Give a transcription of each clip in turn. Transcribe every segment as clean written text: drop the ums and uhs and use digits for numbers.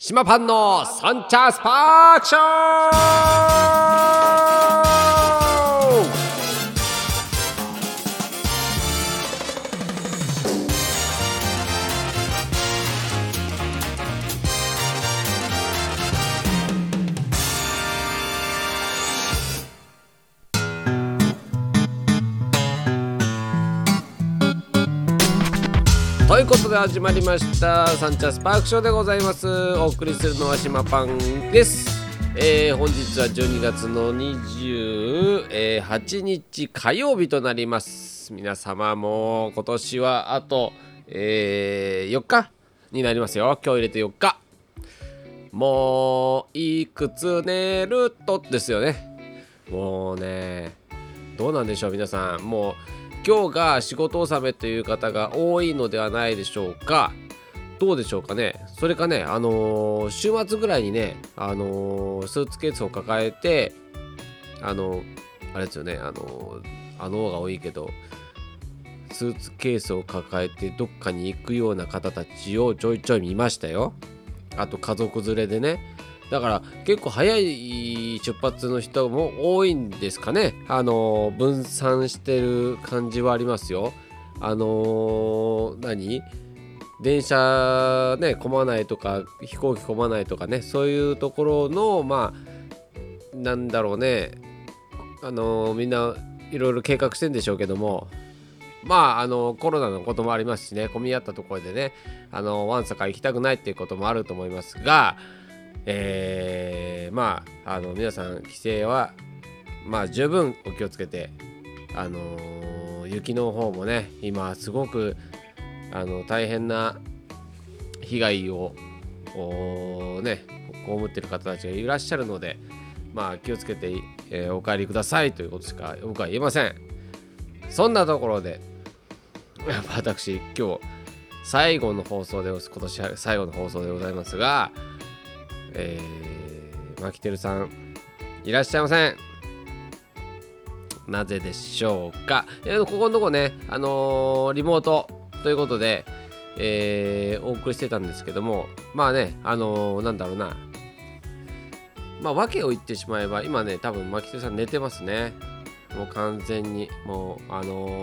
島パンのサンチャスパークショー。ということで始まりましたサンチャスパークショーでございます。お送りするのは島パンです。本日は12月の28日火曜日となります。皆様も今年はあと、4日になりますよ。今日入れて4日。もういくつ寝るとですよね。もうね、どうなんでしょう皆さん。もう今日が仕事納めという方が多いのではないでしょうか。どうでしょうかね。それかね、週末ぐらいにね、スーツケースを抱えて、あれですよね、方が多いけど、スーツケースを抱えてどっかに行くような方たちをちょいちょい見ましたよ。あと家族連れでね。だから結構早い出発の人も多いんですかね。分散してる感じはありますよ。電車ね混まないとか飛行機混まないとかね、そういうところのなんだろうね、みんないろいろ計画してんでしょうけども、コロナのこともありますしね、混み合ったところでね、わんさか行きたくないっていうこともあると思いますが、皆さん帰省は十分お気をつけて、雪の方もね今すごく大変な被害を被っている方たちがいらっしゃるので、気をつけて、お帰りくださいということしか僕は言えません。そんなところで私今日最後の放送で今年最後の放送でございますが、マキテルさんいらっしゃいません。なぜでしょうか。ここのとこね、リモートということで、お送りしてたんですけども、なんだろうな、訳を言ってしまえば今ね多分マキテルさん寝てますね。もう完全にもう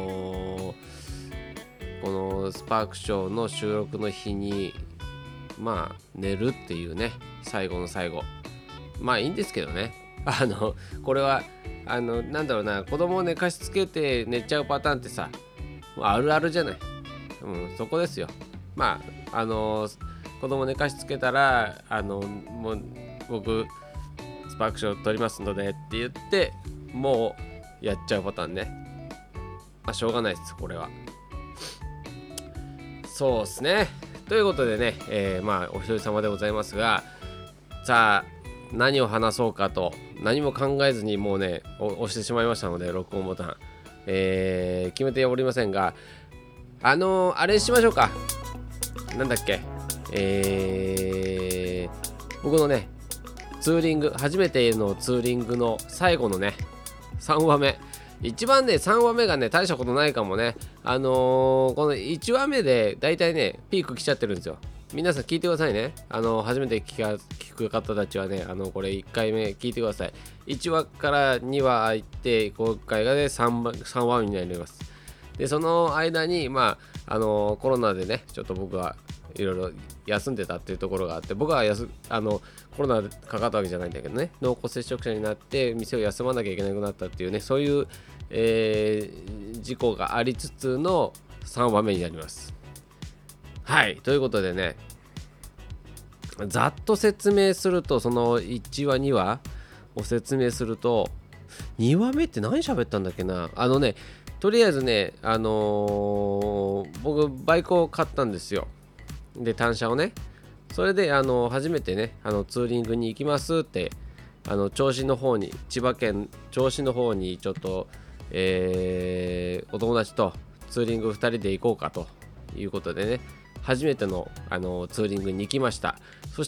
このスパークショーの収録の日に寝るっていうね、最後の最後いいんですけどね。これはなんだろうな、子供を寝かしつけて寝ちゃうパターンってさ、あるあるじゃない。そこですよ。子供寝かしつけたらもう僕スパークショー撮りますのでって言ってもうやっちゃうパターンね。しょうがないですこれは。そうですね。ということでね、お一人様でございますが、さあ何を話そうかと何も考えずにもうね押してしまいましたので、録音ボタン、決めておりませんが、あれしましょうか。なんだっけ、僕のねツーリング、初めてのツーリングの最後のね3話目、一番ね3話目がね大したことないかもね。この1話目でだいたいねピーク来ちゃってるんですよ。皆さん聞いてくださいね。初めて聞く方たちはね、これ1回目聞いてください。1話から2話入って今回がね3話になります。でその間にコロナでねちょっと僕はいろいろ休んでたっていうところがあって、僕はコロナでかかったわけじゃないんだけどね、濃厚接触者になって店を休まなきゃいけなくなったっていうね、そういう、事故がありつつの3話目になります。はい、ということでね、ざっと説明すると、その1話2話を説明すると、2話目って何喋ったんだっけな。とりあえずね、僕バイクを買ったんですよ。で単車をね、それで初めてねツーリングに行きますって銚子の方に、千葉県銚子の方にちょっと、お友達とツーリング2人で行こうかということでね、初めての、ツーリングに行きました。そして、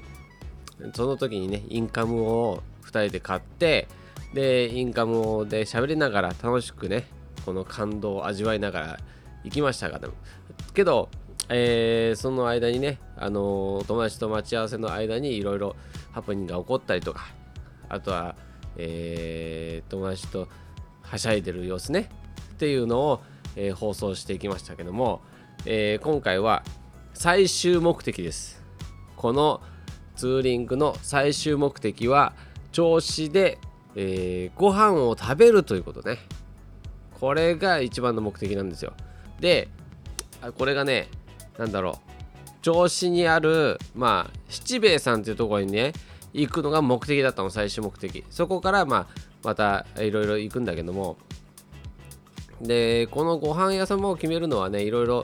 その時にねインカムを2人で買って、でインカムで喋りながら楽しくねこの感動を味わいながら行きましたが、けどその間にね、友達と待ち合わせの間にいろいろハプニングが起こったりとか、あとは、友達とはしゃいでる様子ねっていうのを、放送していきましたけども、今回は最終目的です。このツーリングの最終目的は銚子で、ご飯を食べるということね。これが一番の目的なんですよ。で、これがね、なんだろう、銚子にある七兵衛さんっていうところにね行くのが目的だったの、最終目的。そこからまたいろいろ行くんだけども、でこのご飯屋さんを決めるのはね、いろいろ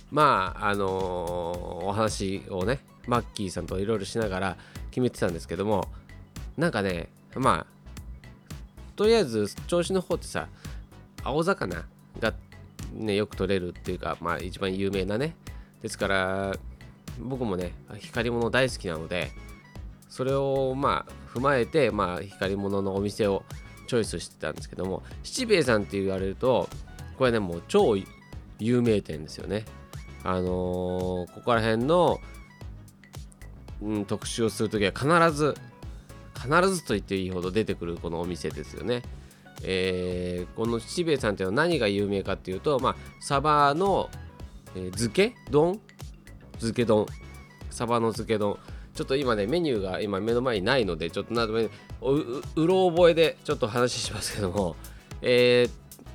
お話をねマッキーさんといろいろしながら決めてたんですけども、なんかね、とりあえず銚子の方ってさ、青魚がねよく取れるっていうか、一番有名なね、ですから僕もね光り物大好きなので、それを踏まえて光り物のお店をチョイスしてたんですけども、七兵衛さんって言われるとこれねもう超有名店ですよね。ここら辺の、特集をするときは必ずと言っていいほど出てくるこのお店ですよね。この七兵衛さんっていうのは何が有名かっていうと、サバの、漬け丼、サバの漬け丼。ちょっと今ねメニューが今目の前にないので、ちょっとうろ覚えでちょっと話しますけども、メ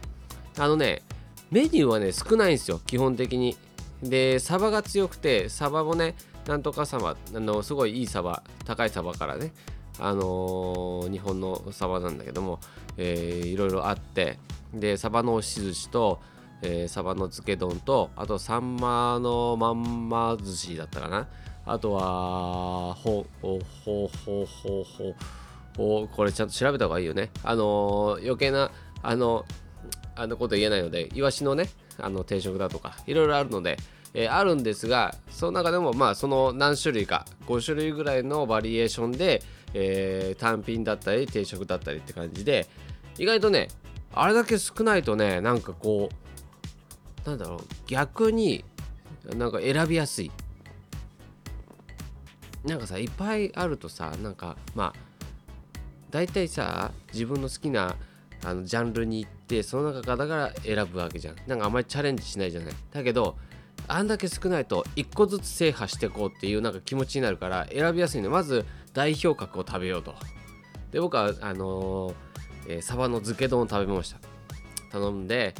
ニューはね少ないんですよ、基本的に。でサバが強くて、サバもねなんとかサバ、すごいいいサバ、高いサバからね、日本のサバなんだけども、いろいろあって、でサバの押し寿司と、サバの漬け丼と、あとサンマのまんま寿司だったかな、あとはこれちゃんと調べた方がいいよね。余計なこと言えないので、イワシのね定食だとかいろいろあるので、あるんですが、その中でもその何種類か5種類ぐらいのバリエーションで、単品だったり定食だったりって感じで、意外とねあれだけ少ないとね、なんかこうなんだろう、逆になんか選びやすい。なんかさ、いっぱいあるとさ、なんかだいたいさ自分の好きなジャンルに行って、その中から選ぶわけじゃん。なんかあんまりチャレンジしないじゃない。だけどあんだけ少ないと1個ずつ制覇していこうっていうなんか気持ちになるから選びやすいので、まず代表格を食べようと。で僕はサバの漬け丼を食べました。頼んで、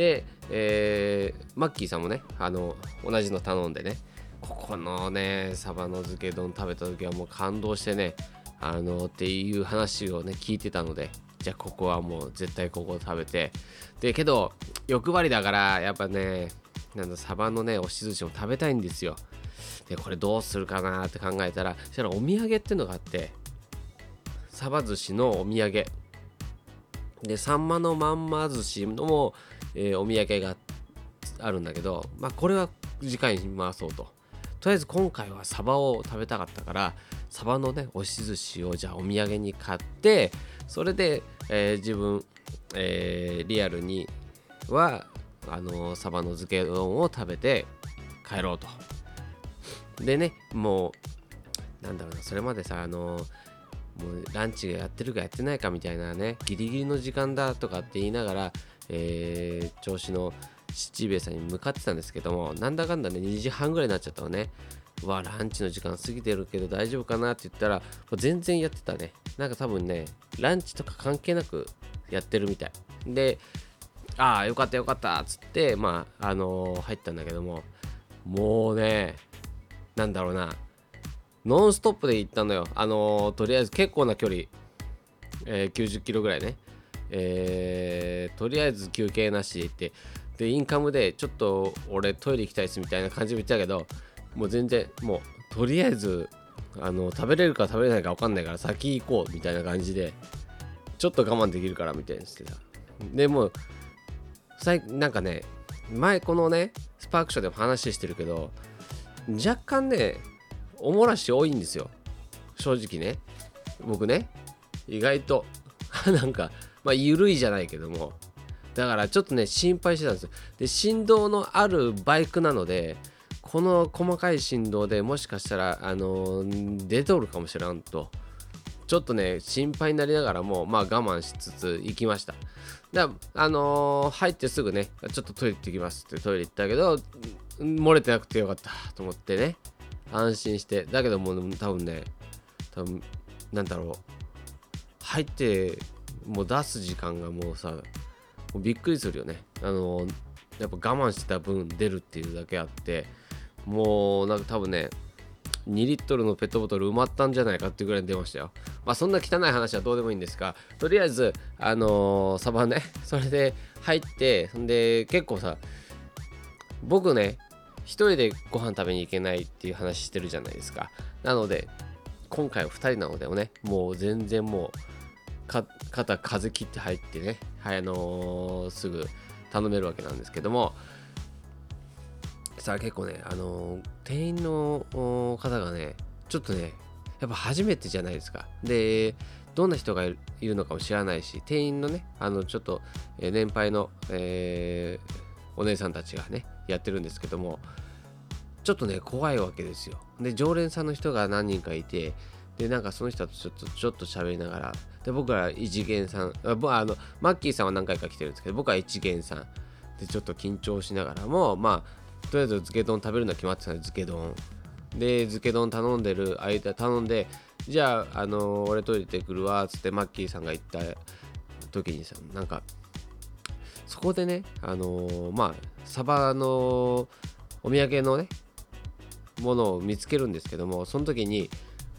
マッキーさんもね同じの頼んでね、ここのねサバの漬け丼食べた時はもう感動してね、っていう話をね聞いてたので、じゃあここはもう絶対ここを食べて、でけど欲張りだからやっぱね、サバのね押し寿司も食べたいんですよ。でこれどうするかなって考えたら、そしたらお土産っていうのがあって、サバ寿司のお土産でサンマのまんま寿司のも、お土産があるんだけど、これは次回に回そうと。とりあえず今回はサバを食べたかったから、サバのね押し寿司をじゃあお土産に買って、それで、自分、リアルにはサバの漬け丼を食べて帰ろうと。でね、もうなんだろうな、それまでさもうランチがやってるかやってないかみたいなね、ギリギリの時間だとかって言いながら、銚子の七兵衛さんに向かってたんですけども、なんだかんだね2時半ぐらいになっちゃったのね。ランチの時間過ぎてるけど大丈夫かなって言ったら、全然やってたね。なんか多分ねランチとか関係なくやってるみたいで、よかったよかったっつって入ったんだけども、もうねなんだろうな、ノンストップで行ったのよ。とりあえず結構な距離、90キロぐらいね、とりあえず休憩なしで行って、でインカムでちょっと俺トイレ行きたいですみたいな感じで言ったけど、もう全然もうとりあえず食べれるか食べれないか分かんないから先行こうみたいな感じで、ちょっと我慢できるからみたいにしてた。でもうなんかね、前このねスパークショーでも話してるけど、若干ねおもらし多いんですよ、正直ね。僕ね意外となんか緩いじゃないけども、だからちょっとね心配してたんですよ。で振動のあるバイクなので、 この細かい振動でもしかしたら出とるかもしれんとちょっとね心配になりながらも我慢しつつ行きました。入ってすぐねちょっとトイレ行ってきますってトイレ行ったけど漏れてなくてよかったと思ってね安心して。だけどもう多分なんだろう、入ってもう出す時間がもうさもうびっくりするよね。やっぱ我慢してた分出るっていうだけあってもう多分ね2リットルのペットボトル埋まったんじゃないかっていうぐらい出ましたよ。そんな汚い話はどうでもいいんですが、とりあえずサバねそれで入ってで結構さ僕ね一人でご飯食べに行けないっていう話してるじゃないですか。なので今回は2人なのでねもう全然もう肩風切って入ってねすぐ頼めるわけなんですけどもさあ結構ね店員の方がねちょっとねやっぱ初めてじゃないですか。でどんな人がいるのかも知らないし店員のねちょっと年配の、お姉さんたちがねやってるんですけどもちょっとね怖いわけですよ。で常連さんの人が何人かいてでその人とちょっと喋りながらで僕は一元さんマッキーさんは何回か来てるんですけど僕は一元さんでちょっと緊張しながらもとりあえず漬け丼食べるのは決まってたんで漬け丼で漬け丼頼んでじゃあ俺トイレ行ってくるわっつってマッキーさんが言った時にさそこでねサバのお土産のねものを見つけるんですけどもその時に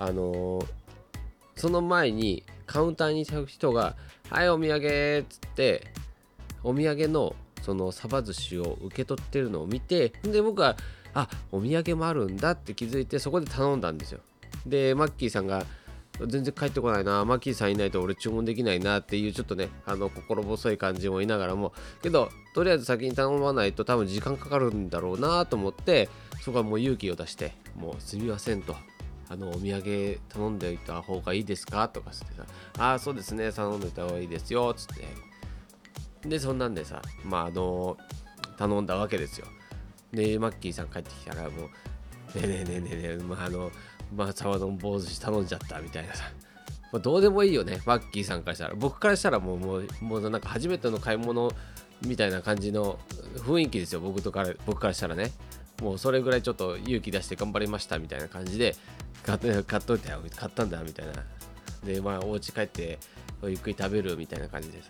その前にカウンターにいた人がはいお土産っつってお土産のそのサバ寿司を受け取ってるのを見てで僕はお土産もあるんだって気づいてそこで頼んだんですよ。でマッキーさんが全然帰ってこないなマッキーさんいないと俺注文できないなっていうちょっとね心細い感じもいながらもけどとりあえず先に頼まないと多分時間かかるんだろうなと思ってそこはもう勇気を出してもうすみませんとお土産頼んでおいた方がいいですかとかつってさそうですね頼んでおいた方がいいですよつってでそんなんでさ頼んだわけですよ。でマッキーさん帰ってきたらもうねえねえねえねえサバ丼棒寿司頼んじゃったみたいなさどうでもいいよねマッキーさんからしたら。僕からしたらもう初めての買い物みたいな感じの雰囲気ですよ僕からしたらね。もうそれぐらいちょっと勇気出して頑張りましたみたいな感じで買っといたよ買ったんだみたいなでお家帰ってゆっくり食べるみたいな感じでさ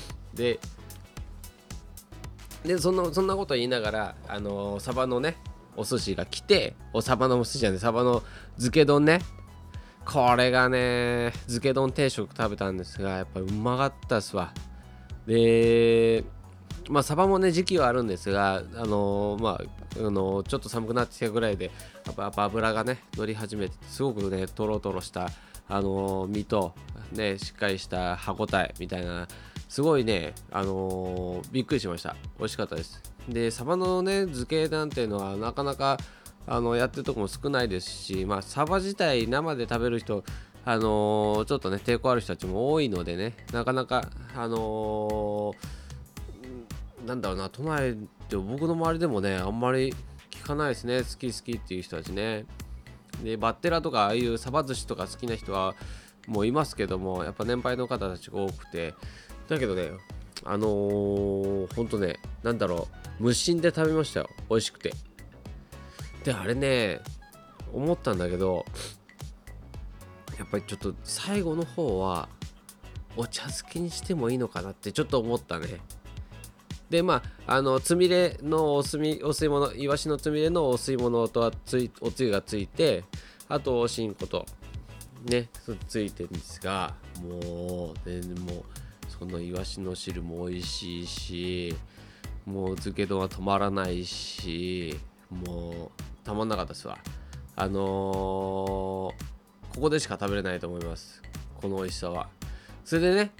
でそんなこと言いながらサバのねお寿司が来てサバのお寿司じゃないサバの漬け丼ねこれがね漬け丼定食食べたんですがやっぱりうまかったっすわ。でサバもね時期はあるんですがちょっと寒くなってきたぐらいでやっぱ油がね乗り始めてすごくねトロトロした身とねしっかりした歯ごたえみたいなすごいねびっくりしました。美味しかったです。でサバのね漬けなんていうのはなかなかやってるとこも少ないですしサバ自体生で食べる人ちょっとね抵抗ある人たちも多いのでねなかなかなんだろうな都内で僕の周りでもねあんまり聞かないですね好きっていう人たちね。でバッテラとかああいうサバ寿司とか好きな人はもういますけどもやっぱ年配の方たちが多くてだけどねほんとねなんだろう無心で食べましたよ美味しくて。であれね思ったんだけどやっぱりちょっと最後の方はお茶漬けにしてもいいのかなってちょっと思ったね。でつみれのお吸い物イワシのつみれのお吸い物とおつゆがついてあとおしんことねついてるんですがもうそのイワシの汁も美味しいしもう漬け丼は止まらないしもうたまんなかったですわ。ここでしか食べれないと思いますこの美味しさは。それでね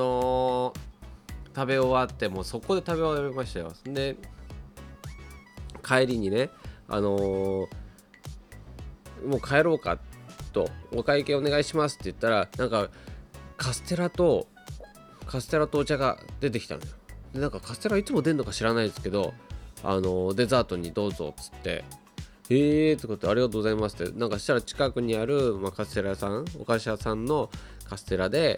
食べ終わってもうそこで食べ終わりましたよ。で帰りにねもう帰ろうかとお会計お願いしますって言ったらカステラとお茶が出てきたのよ。でカステラいつも出んのか知らないですけどデザートにどうぞっつってへえとかってありがとうございますってなんかしたら近くにある、カステラ屋さんお菓子屋さんのカステラで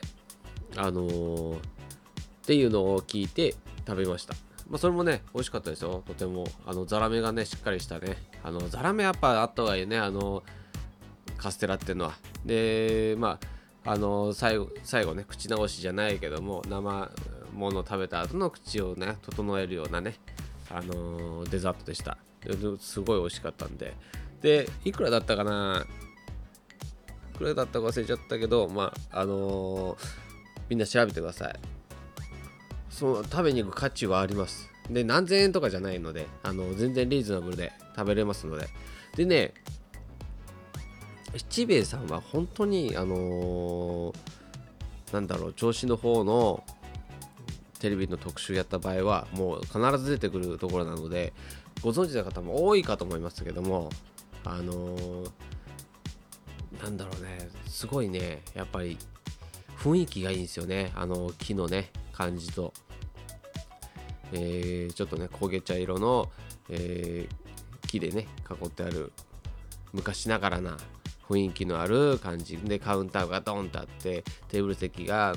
っていうのを聞いて食べました。それもね美味しかったですよ。とてもザラメがねしっかりしたねザラメやっぱあった方がいいねカステラっていうのは。で最後ね口直しじゃないけども生もの食べた後の口をね整えるようなねデザートでした。すごい美味しかったんでいくらだったかないくらだったか忘れちゃったけどみんな調べてください。食べに行く価値はあります。で何千円とかじゃないので全然リーズナブルで食べれますので。でね七兵衛さんは本当に銚子の方のテレビの特集やった場合はもう必ず出てくるところなのでご存知の方も多いかと思いますけどもすごいねやっぱり雰囲気がいいんですよね。木のね感じと、ちょっとね焦げ茶色の、木でね囲ってある昔ながらな雰囲気のある感じでカウンターがドンとあってテーブル席が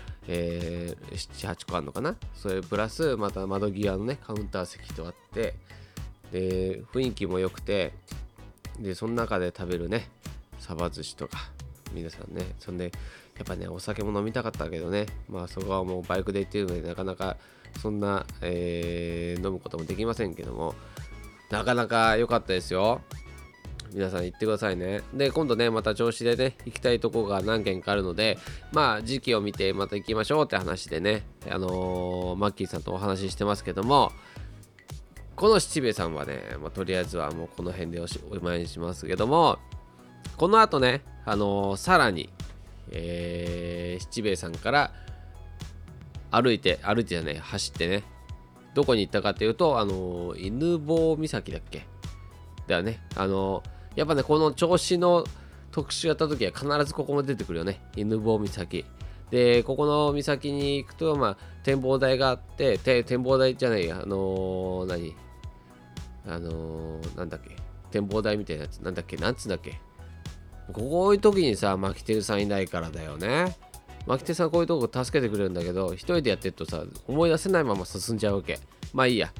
7、8個あるのかな。それプラスまた窓際のねカウンター席とあってで雰囲気も良くてでその中で食べるねサバ寿司とか皆さんねそんでやっぱねお酒も飲みたかったけどねそこはもうバイクで行ってるのでなかなかそんな、飲むこともできませんけどもなかなか良かったですよ。皆さん行ってくださいね。で今度ねまた銚子でね行きたいとこが何軒かあるので時期を見てまた行きましょうって話でねマッキーさんとお話ししてますけどもこの七兵衛さんはね、とりあえずはもうこの辺でおしまいにしますけどもこの後ねさらに、七兵衛さんから歩いてじゃね走ってねどこに行ったかっていうと犬吠岬だっけだよね。やっぱねこの銚子の特集やった時は必ずここも出てくるよね。犬吠岬でここの岬に行くと展望台があって展望台じゃないなんだっけ展望台みたいなやつなんつうんだっけこういう時にさマキテルさんいないからだよね。マキテルさんこういうとこ助けてくれるんだけど一人でやってるとさ思い出せないまま進んじゃうわけ。いいや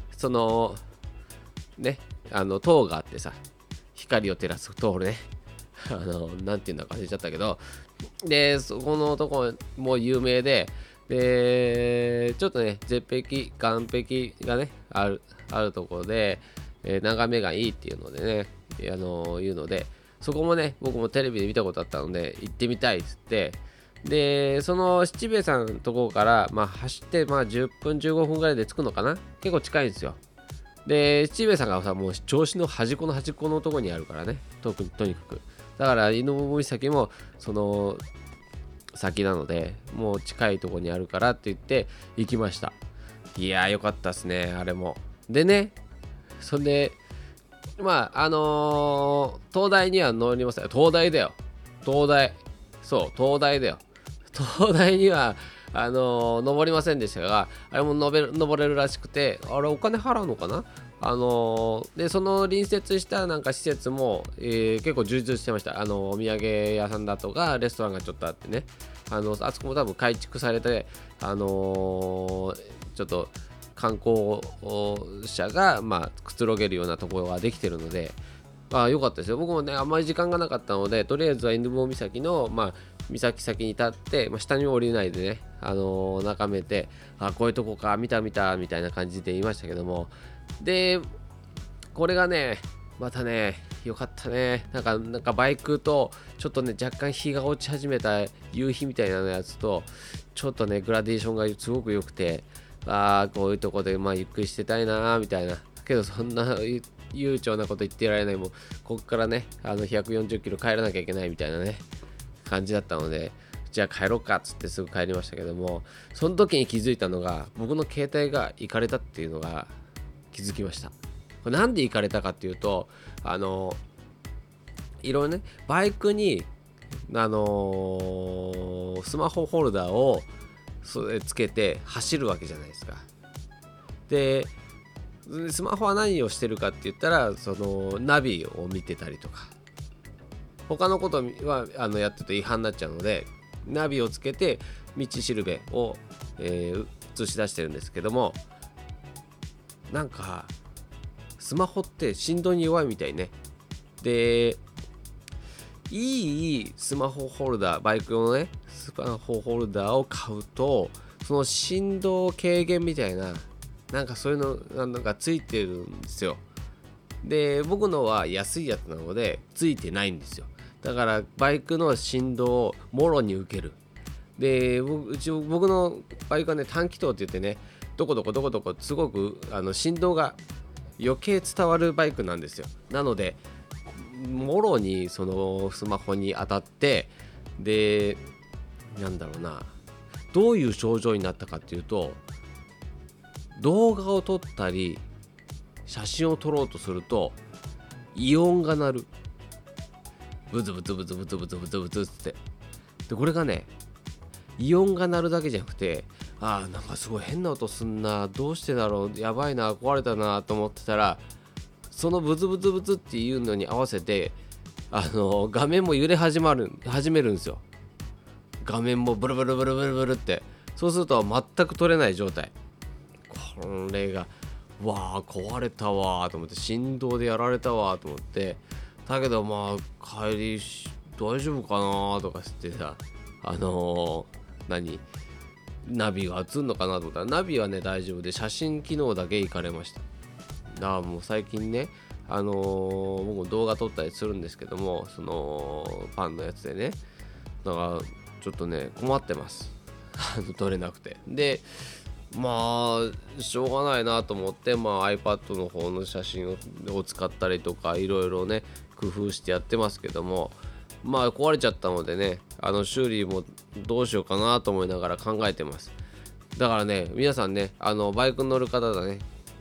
塔があってさ光を照らす塔ねなんていうんだか忘れちゃったけどでそこのとこも有名でちょっとね岸壁がねあるところで、眺めがいいっていうのでねいうのでそこもね僕もテレビで見たことあったので行ってみたいっつってでその七兵衛さんのところから走って10分15分ぐらいで着くのかな。結構近いんですよ。で七兵衛さんがさもう銚子の端っこのところにあるからねとにかくだから犬吠岬もその先なのでもう近いところにあるからって言って行きました。いやーよかったっすねあれも。でねそんで東大には乗りません。東大だよ東大だよ東大には登りませんでしたがあれも登れるらしくてあれお金払うのかな。でその隣接したなんか施設も、結構充実してました。お土産屋さんだとかレストランがちょっとあってねあそこも多分改築されてちょっと観光者がくつろげるようなところができてるので良かったですよ。僕もねあんまり時間がなかったのでとりあえずは犬吠岬の岬先に立って、下に降りないでね、眺めてこういうとこか見たみたいな感じで言いましたけどもでこれがねまたねよかったね。なんかバイクとちょっとね若干日が落ち始めた夕日みたいなやつとちょっとねグラデーションがすごく良くてこういうとこでゆっくりしてたいなみたいなけどそんな悠長なこと言ってられないもうこっからね140キロ帰らなきゃいけないみたいなね感じだったのでじゃあ帰ろうかっつってすぐ帰りましたけどもその時に気づいたのが僕の携帯が行かれたっていうのが気づきました。これなんで行かれたかっていうといろいろねバイクにスマホホルダーをつけて走るわけじゃないですか。ででスマホは何をしてるかって言ったらそのナビを見てたりとか、他のことはやってると違反になっちゃうので、ナビをつけて道しるべを、映し出してるんですけども、なんかスマホって振動に弱いみたいね。で、いいスマホホルダー、バイク用のねスマホホルダーを買うと、その振動軽減みたいな、なんかそういうのなんかついてるんですよ。で、僕のは安いやつなのでついてないんですよ。だからバイクの振動をもろに受ける。で、僕のバイクはね、短気筒って言ってね、どこどこどこどこすごく振動が余計伝わるバイクなんですよ。なのでもろにそのスマホに当たって、で、なんだろうな、どういう症状になったかっていうと、動画を撮ったり写真を撮ろうとすると異音が鳴る。ブツブツブツブツブツブツブツって。で、これがね、異音が鳴るだけじゃなくて、なんかすごい変な音すんな、どうしてだろう、やばいな、壊れたなと思ってたら、そのブツブツブツっていうのに合わせて画面も揺れ始めるんですよ。画面もブルブルブルブルブルって。そうすると全く撮れない状態。これが壊れたわと思って、振動でやられたわと思って、だけど帰り大丈夫かなとかしてさ、ナビが映るのかなと思ったら、ナビはね大丈夫で、写真機能だけいかれました。だからもう最近ね、僕も動画撮ったりするんですけども、そのパンのやつでね、だからちょっとね困ってます撮れなくて。で、しょうがないなと思って、iPad の方の写真を使ったりとか、いろいろね工夫してやってますけども、壊れちゃったのでね、修理もどうしようかなと思いながら考えてます。だからね、皆さんね、バイクに乗る方だね、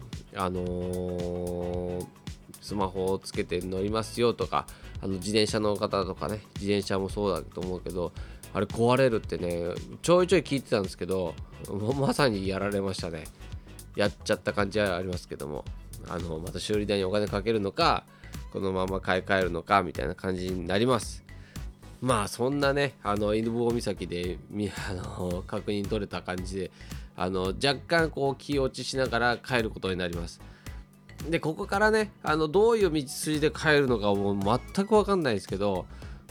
スマホをつけて乗りますよとか、自転車の方とかね、自転車もそうだと思うけど、あれ壊れるってね、ちょいちょい聞いてたんですけど、もうまさにやられましたね。やっちゃった感じはありますけども、また修理代にお金かけるのか、このまま買い替えるのかみたいな感じになります。そんなね、犬吠岬で確認取れた感じで、若干こう気落ちしながら帰ることになります。で、ここからね、どういう道筋で帰るのかもう全く分かんないですけど、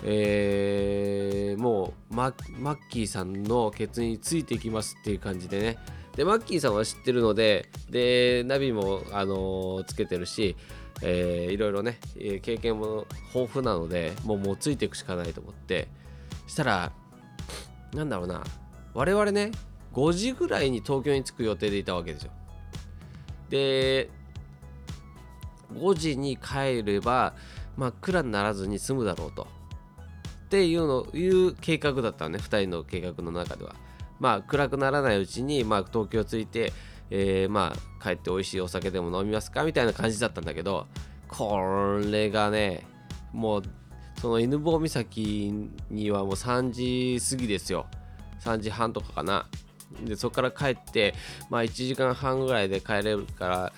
もうマッキーさんのケツについていきますっていう感じでね。で、マッキーさんは知ってるので、でナビもつけてるし、いろいろね、経験も豊富なので、もうついていくしかないと思って、したらなんだろうな、我々ね5時ぐらいに東京に着く予定でいたわけですよ。で、5時に帰れば真っ暗にならずに済むだろうとっていう計画だったのね、2人の計画の中では。暗くならないうちに東京着いて、帰って美味しいお酒でも飲みますかみたいな感じだったんだけど、これがね、もうその犬吠岬にはもう3時過ぎですよ。3時半とかかな。で、そこから帰って1時間半ぐらいで帰れるから、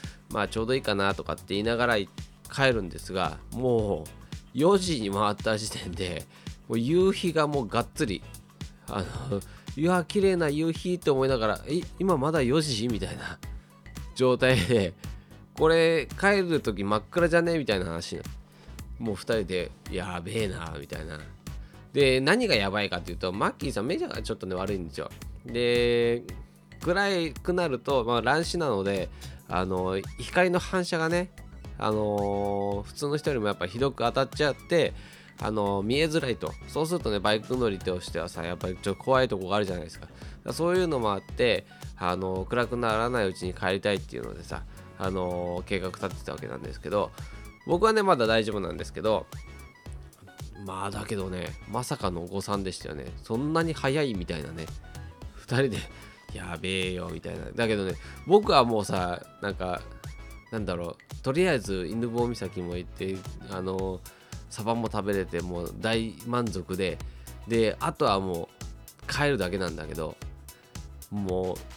ちょうどいいかなとかって言いながら帰るんですが、もう4時に回った時点でもう夕日がもうがっつりいや綺麗な夕日って思いながら、今まだ4時みたいな状態で、これ帰る時真っ暗じゃねみたいな話、もう2人でやべえなみたいな。で、何がやばいかっていうと、マッキーさん目がちょっとね悪いんですよ。で、暗くなると乱視なので、光の反射がね、普通の人よりもやっぱひどく当たっちゃって、見えづらいと。そうするとね、バイク乗り手としてはさ、やっぱりちょっと怖いとこがあるじゃないですか。そういうのもあって、暗くならないうちに帰りたいっていうのでさ、計画立ててたわけなんですけど、僕はねまだ大丈夫なんですけど、だけどね、まさかのお子さんでしたよね。そんなに早いみたいなね、2人でやべえよみたいな。だけどね、僕はもうさ、なんだろう、とりあえず犬吠岬も行って、サバも食べれてもう大満足で、あとはもう帰るだけなんだけど、もう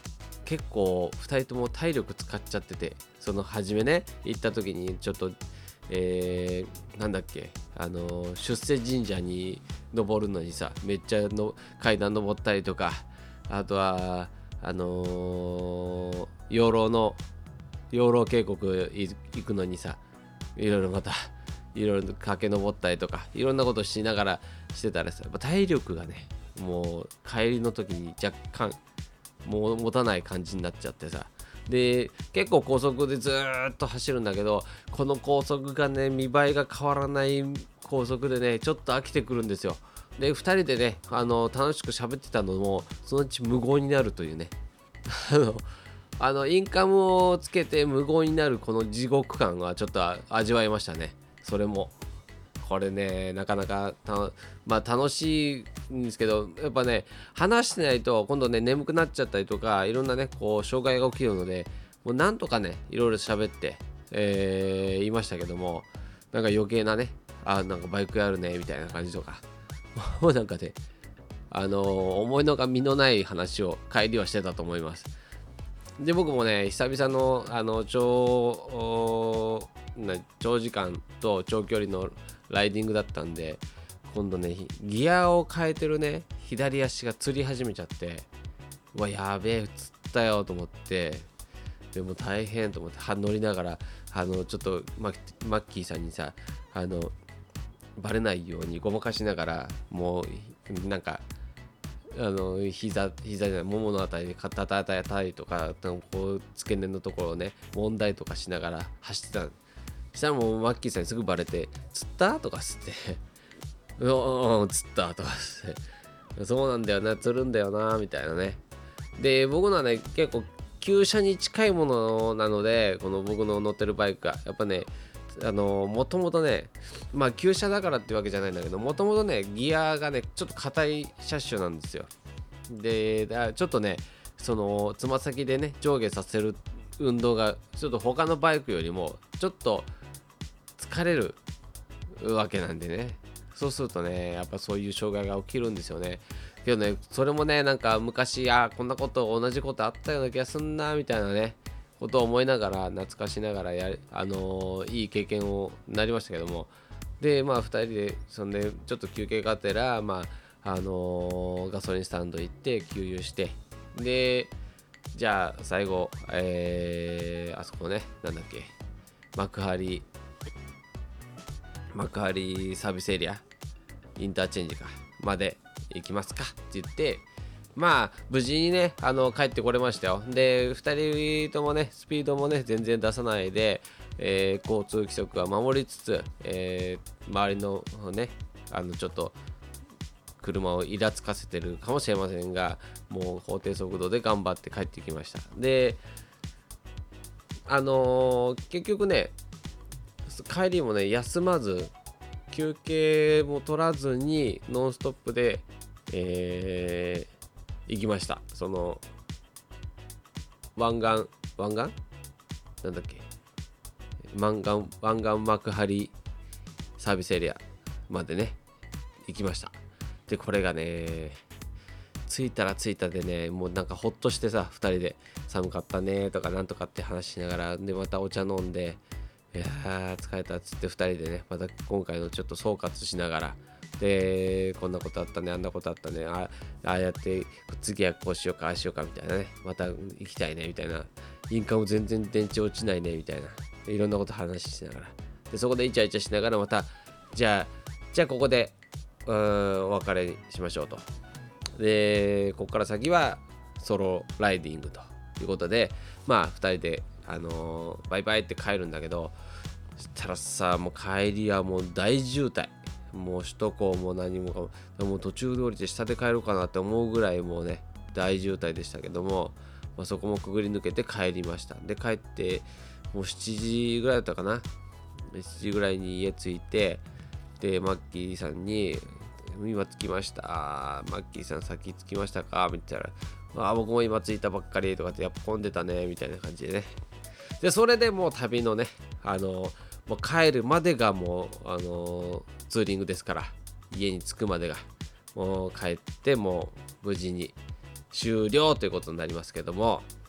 結構2人とも体力使っちゃってて、その初めね行った時にちょっとなんだっけ、出世神社に登るのにさ、めっちゃの階段登ったりとか、あとは養老渓谷行くのにさ、いろいろ駆け上ったりとか、いろんなことしながらしてたらさ、やっぱ体力がね、もう帰りの時に若干もう持たない感じになっちゃってさ、で結構高速でずーっと走るんだけど、この高速がね見栄えが変わらない高速でね、ちょっと飽きてくるんですよ。で2人でね楽しく喋ってたのもそのうち無言になるというねインカムをつけて無言になるこの地獄感はちょっと味わいましたね。それもこれね、なかなか楽しいんですけど、やっぱね話してないと今度ね眠くなっちゃったりとか、いろんなねこう障害が起きるので、もうなんとかねいろいろ喋って、言いましたけども、なんか余計なね、なんかバイクやるねみたいな感じとかもうなんかね思いのが身のない話を帰りはしてたと思います。で僕もね久々の長時間と長距離のライディングだったんで、今度ねギアを変えてるね左足がつり始めちゃって、うわやべえつったよと思って、でも大変と思って乗りながらちょっとマッキーさんにさバレないようにごまかしながら、もうなんか膝じゃないもものあたりで肩たたりとか、こう付け根のところをね揉んだりとかしながら走ってた。したらもうマッキーさんにすぐバレて、釣ったとかつって釣ったとかつって、そうなんだよな、釣るんだよなみたいなね。で僕のはね結構旧車に近いものなので、この僕の乗ってるバイクがやっぱねもともとね、まあ旧車だからってわけじゃないんだけど、もともとねギアがねちょっと硬い車種なんですよ。でちょっとねそのつま先でね上下させる運動がちょっと他のバイクよりもちょっと疲れるわけなんでね、そうするとねやっぱそういう障害が起きるんですよね。けどねそれもねなんか昔こんなこと同じことあったような気がすんなみたいなねことを思いながら懐かしながらいい経験をなりましたけども、で2人でそんでちょっと休憩がてらガソリンスタンド行って給油して、でじゃあ最後あそこねなんだっけ、幕張サービスエリアインターチェンジかまで行きますかって言って、無事にね帰ってこれましたよ。で2人ともねスピードもね全然出さないで、交通規則は守りつつ、周りのねちょっと車をイラつかせてるかもしれませんが、もう法定速度で頑張って帰ってきました。で結局ね帰りもね休まず休憩も取らずにノンストップで、行きました。その湾岸なんだっけ、湾岸幕張サービスエリアまでね行きました。でこれがね着いたでね、もうなんかほっとしてさ、2人で寒かったねとかなんとかって話しながら、でまたお茶飲んで、いやー疲れたっつって2人でねまた今回のちょっと総括しながら、でこんなことあったねあんなことあったね、ああやって次はこうしようかああしようかみたいなね、また行きたいねみたいな、インカム全然電池落ちないねみたいな、いろんなこと話しながら、でそこでイチャイチャしながらまたじゃあここでお別れにしましょうと。でここから先はソロライディングということで、2人でバイバイって帰るんだけど、そしたらさもう帰りはもう大渋滞、もう首都高も何もかも、もう途中で降りて下で帰ろうかなって思うぐらいもうね大渋滞でしたけども、そこもくぐり抜けて帰りました。で帰ってもう7時ぐらいだったかな、7時ぐらいに家着いて、でマッキーさんに今着きました、マッキーさん先着きましたかみたいな、僕も今着いたばっかりとかってやっぱ混んでたねみたいな感じでね、でそれでもう旅のねもう帰るまでがもうツーリングですから、家に着くまでがもう帰ってもう無事に終了ということになりますけども、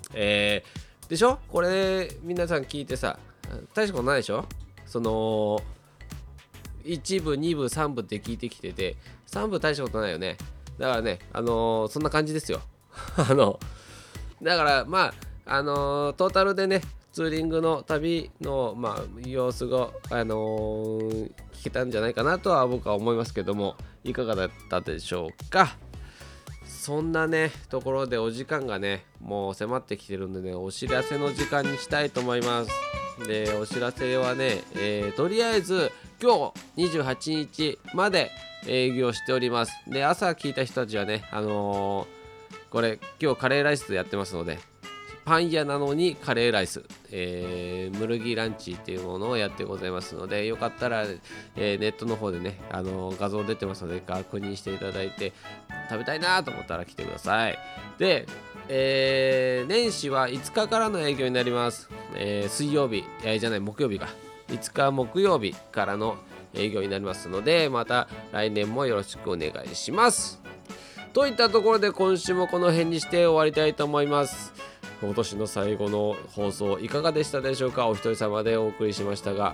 でしょ、これ皆さん聞いてさ、大したことないでしょ。その1部2部3部って聞いてきてて、3部大したことないよね。だからね、そんな感じですよだからまあトータルでね、ツーリングの旅の、様子が、聞けたんじゃないかなとは僕は思いますけども、いかがだったでしょうか。そんなねところでお時間がねもう迫ってきてるんでね、お知らせの時間にしたいと思います。でお知らせはね、とりあえず今日28日まで営業しております。で朝聞いた人たちはね、これ今日カレーライスやってますので、パン屋なのにカレーライス、ムルギランチっていうものをやってございますので、よかったら、ネットの方でね、画像出てますので確認していただいて、食べたいなと思ったら来てください。で、年始は5日からの営業になります。木曜日か、5日木曜日からの営業になりますので、また来年もよろしくお願いします。といったところで今週もこの辺にして終わりたいと思います。今年の最後の放送いかがでしたでしょうか。お一人様でお送りしましたが、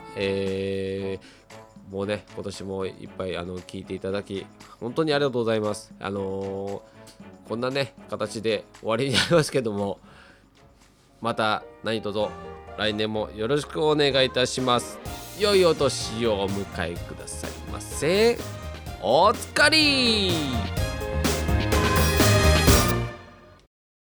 もうね今年もいっぱい聞いていただき本当にありがとうございます。こんなね形で終わりになりますけども、また何卒来年もよろしくお願いいたします。良いお年をお迎えくださいませ。おつかり。